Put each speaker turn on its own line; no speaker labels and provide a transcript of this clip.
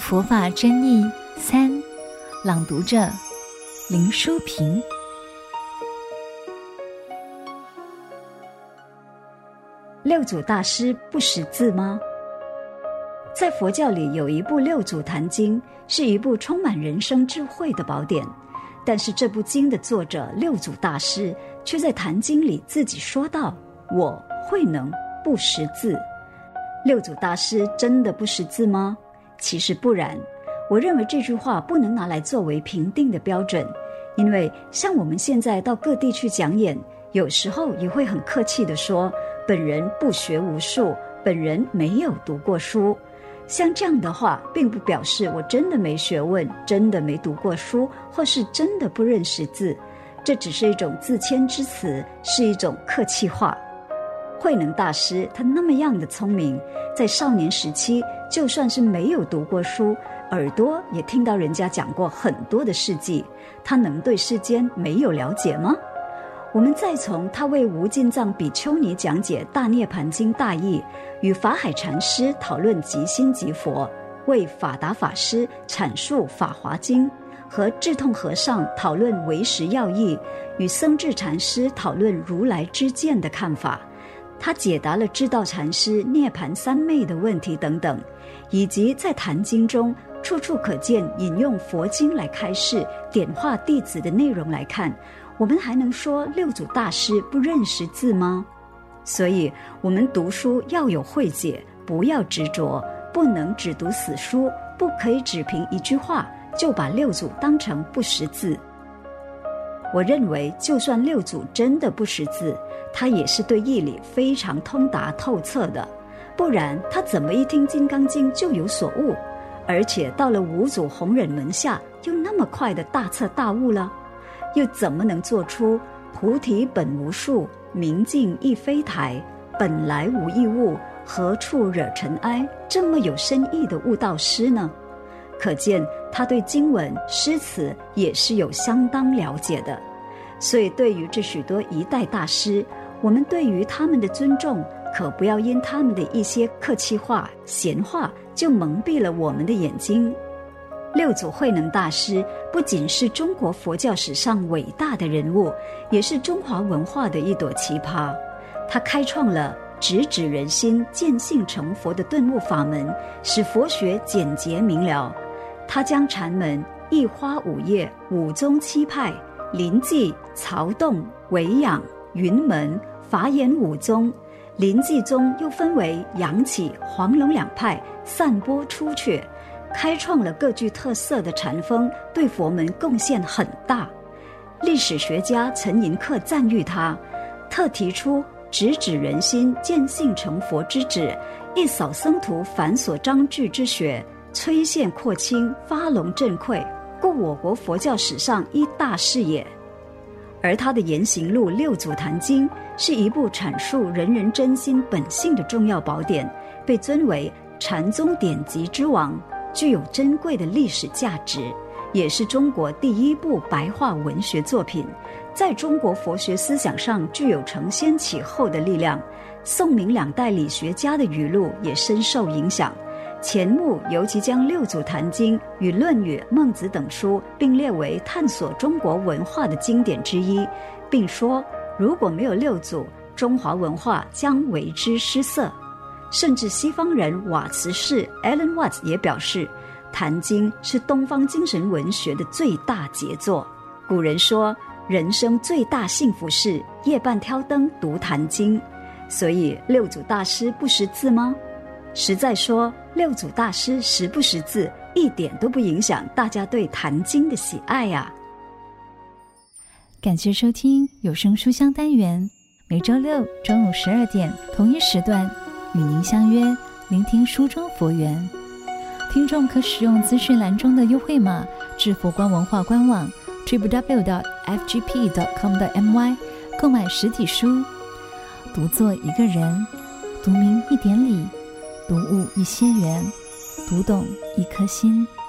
佛法真义3，朗读者林淑萍。
六祖大师不识字吗？在佛教里有一部《六祖坛经》，是一部充满人生智慧的宝典。但是这部经的作者六祖大师却在坛经里自己说道：“我慧能不识字。”六祖大师真的不识字吗？其实不然。我认为这句话不能拿来作为评定的标准，因为像我们现在到各地去讲演，有时候也会很客气地说本人不学无术，本人没有读过书。像这样的话并不表示我真的没学问，真的没读过书，或是真的不认识字，这只是一种自谦之词，是一种客气话。慧能大师他那么样的聪明，在少年时期就算是没有读过书，耳朵也听到人家讲过很多的事迹，他能对世间没有了解吗？我们再从他为无尽藏比丘尼讲解大涅盘经大义，与法海禅师讨论即心即佛，为法达法师阐述法华经，和智痛和尚讨论唯识要义，与僧智禅师讨论如来知见的看法，他解答了智道禅师涅盘三昧的问题等等，以及在坛经中处处可见引用佛经来开示点化弟子的内容来看，我们还能说六祖大师不认识字吗？所以我们读书要有慧解，不要执着，不能只读死书，不可以只凭一句话就把六祖当成不识字。我认为就算六祖真的不识字，他也是对义理非常通达透彻的，不然他怎么一听《金刚经》就有所悟，而且到了五祖弘忍门下又那么快的大彻大悟了？又怎么能做出菩提本无树，明镜亦非台，本来无一物，何处惹尘埃这么有深意的悟道诗呢？可见他对经文诗词也是有相当了解的。所以对于这许多一代大师，我们对于他们的尊重，可不要因他们的一些客气话闲话就蒙蔽了我们的眼睛。六祖慧能大师不仅是中国佛教史上伟大的人物，也是中华文化的一朵奇葩。他开创了直指人心、见性成佛的顿悟法门，使佛学简洁明了。他将禅门一花五叶、五宗七派、临济、曹洞、维养、云门、法眼五宗，临济宗又分为杨起、黄龙两派，散播出去，开创了各具特色的禅风，对佛门贡献很大。历史学家陈寅恪赞誉他，特提出直指人心、见性成佛之旨，一扫僧徒繁琐章句之学，摧线扩清，发龙振溃，故我国佛教史上一大事也。而他的言行录《六祖坛经》是一部阐述人人真心本性的重要宝典，被尊为禅宗典籍之王，具有珍贵的历史价值，也是中国第一部白话文学作品，在中国佛学思想上具有承先启后的力量。宋明两代理学家的语录也深受影响，钱穆尤其将《六祖坛经》与《论语》《孟子》等书并列为探索中国文化的经典之一，并说如果没有六祖，中华文化将为之失色。甚至西方人瓦茨士 Alan Watts 也表示，坛经是东方精神文学的最大杰作。古人说，人生最大幸福是夜半挑灯读坛经。所以六祖大师不识字吗？实在说，六祖大师识不识字一点都不影响大家对坛经的喜爱啊。
感谢收听有声书香单元，每周六中午12点同一时段与您相约聆听书中佛缘。听众可使用资讯栏中的优惠码至佛光文化官网 www.fgp.com.my 购买实体书。读作一个人，读明一点理，读悟一些缘，读懂一颗心。